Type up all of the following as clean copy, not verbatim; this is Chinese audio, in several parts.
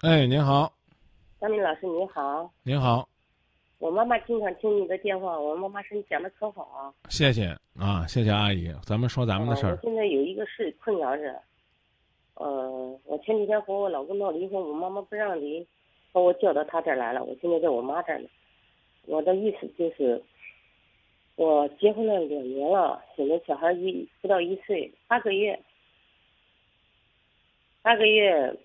哎，您好。 张明老师你好， 您好。 我妈妈经常听你的电话，我妈妈说你讲的可好啊。 谢谢啊，谢谢阿姨，咱们说咱们的事儿。 我现在有一个事困扰着，我前几天和我老公闹离婚，我妈妈不让离，把我叫到她这儿来了，我现在在我妈这儿呢。我的意思就是，我结婚了2年了，现在小孩不到1岁，8个月，8个月，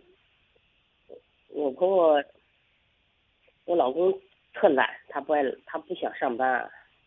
我老公特懒，他不想上班，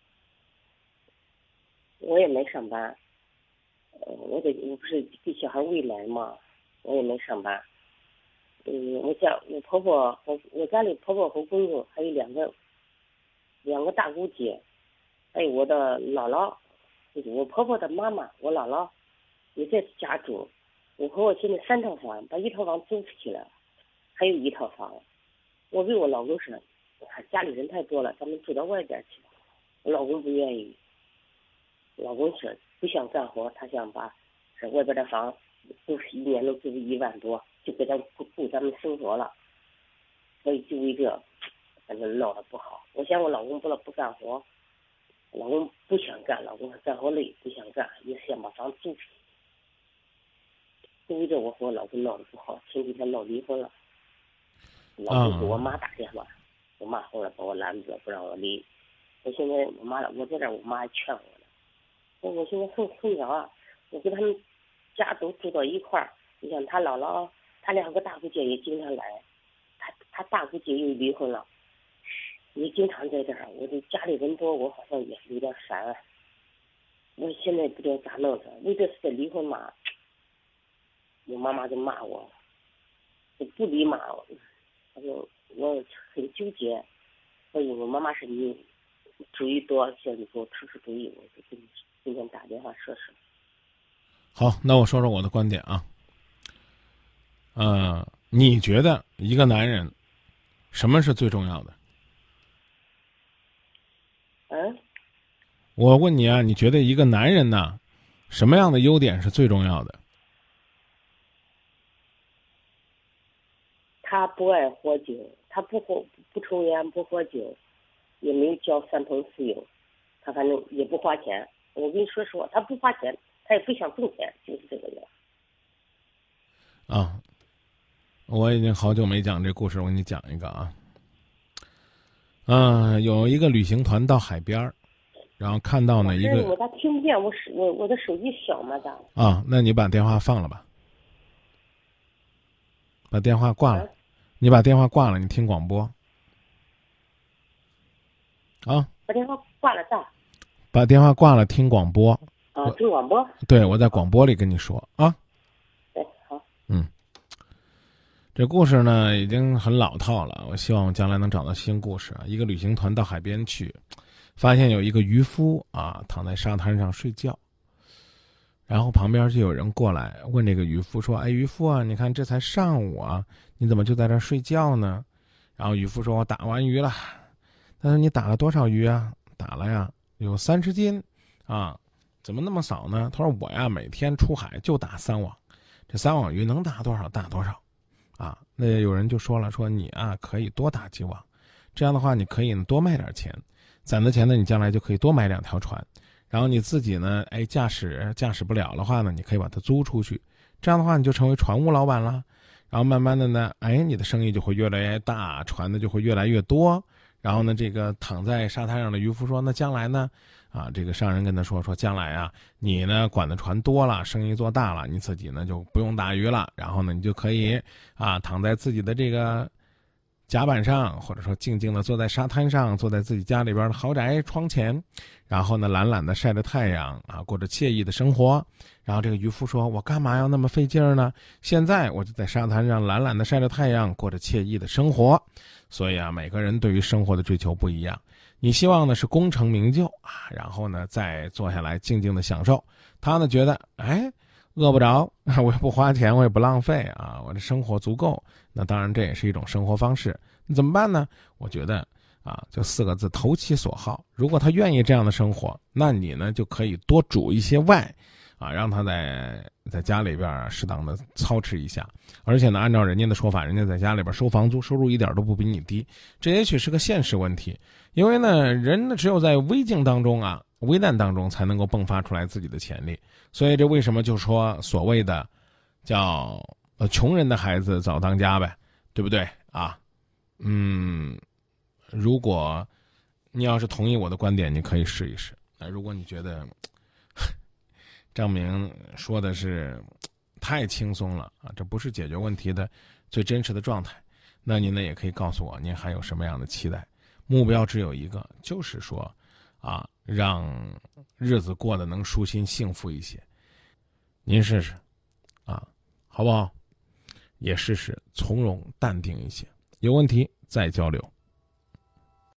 我也没上班，我不是给小孩喂奶嘛，我也没上班。我婆婆我家里婆婆和公公还有两个大姑姐，还有我的姥姥，就是我婆婆的妈妈，我姥姥也在家住。我和我现在3套房，把1套房租出去了，还有1套房。我跟我老公说，家里人太多了，咱们住到外边去吧。我老公不愿意，老公说不想干活，他想把这外边的房租1年能租1万多，就给咱顾咱们生活了。所以就为这，反正闹得不好。我想我老公不干活，老公不想干，老公干活累不想干，也想把房租出去。就为这我和我老公闹得不好，前几天闹离婚了。老公给我妈打电话，我妈后来把我拦住了，不让我离。我现在我在这儿，我妈还劝我呢。我现在很困扰啊，我跟他们家都住到一块儿。你像他姥姥，他2个大姑姐也经常来，他大姑姐又离婚了，也经常在这儿。我这家里人多，我好像也有点烦。我现在不知道咋弄的，为这事离婚嘛，我妈妈就骂我，就不离骂我。我很纠结，所以我妈妈说你主意多，叫你给我出主意，我就给你今天打电话说说。 好，那我说说我的观点啊。你觉得一个男人什么是最重要的？我问你啊，你觉得一个男人呢，什么样的优点是最重要的？ 他不爱喝酒，他不抽烟，不喝酒，也没有交3桶私油，他反正也不花钱。我跟你说实话，他不花钱，他也不想挣钱，就是这个人。 我已经好久没讲这故事，我给你讲一个啊。有一个旅行团到海边儿，然后看到呢一个， 我咋听不见？我的手机小嘛咋？ 那你把电话放了吧，把电话挂了。你把电话挂了，你听广播。 把电话挂了咋？ 把电话挂了，听广播。 听广播。 对，我在广播里跟你说啊。 对，好。 这故事呢已经很老套了，我希望我将来能找到新故事啊。一个旅行团到海边去，发现有一个渔夫躺在沙滩上睡觉，然后旁边就有人过来问这个渔夫说：“哎，渔夫啊，你看这才上午啊，你怎么就在这儿睡觉呢？”然后渔夫说：“我打完鱼了。”他说：“你打了多少鱼啊？”打了呀，有30斤啊，怎么那么少呢？他说：“我呀，每天出海就打3网，这3网鱼能打多少打多少。”那有人就说了，说你可以多打几网，这样的话你可以多卖点钱，攒的钱呢，你将来就可以多买2条船，然后你自己呢，驾驶不了的话呢，你可以把它租出去，这样的话你就成为船务老板了。然后慢慢的呢，你的生意就会越来越大，船呢就会越来越多。然后呢，这个躺在沙滩上的渔夫说：“那将来呢？”这个商人跟他说将来啊，你呢管的船多了，生意做大了，你自己呢就不用打鱼了，然后呢你就可以躺在自己的这个甲板上，或者说静静的坐在沙滩上，坐在自己家里边的豪宅窗前，然后呢懒懒的晒着太阳过着惬意的生活。然后这个渔夫说：“我干嘛要那么费劲儿呢？现在我就在沙滩上懒懒的晒着太阳，过着惬意的生活。”所以每个人对于生活的追求不一样。你希望呢是功成名就然后呢再坐下来静静的享受。他呢觉得饿不着，我也不花钱，我也不浪费我的生活足够。那当然这也是一种生活方式。那怎么办呢？我觉得就4个字：投其所好。如果他愿意这样的生活，那你呢就可以多煮一些外啊，让他在家里边适当的操持一下。而且呢，按照人家的说法，人家在家里边收房租，收入一点都不比你低，这也许是个现实问题。因为呢，人呢只有在危境当中啊，危难当中才能够迸发出来自己的潜力。所以这为什么就说所谓的叫穷人的孩子早当家呗，对不对啊？如果你要是同意我的观点，你可以试一试。如果你觉得张明说的是太轻松了啊，这不是解决问题的最真实的状态，那您呢也可以告诉我您还有什么样的期待。目标只有一个，就是说啊，让日子过得能舒心幸福一些。您试试啊，好不好？也试试从容淡定一些，有问题再交流。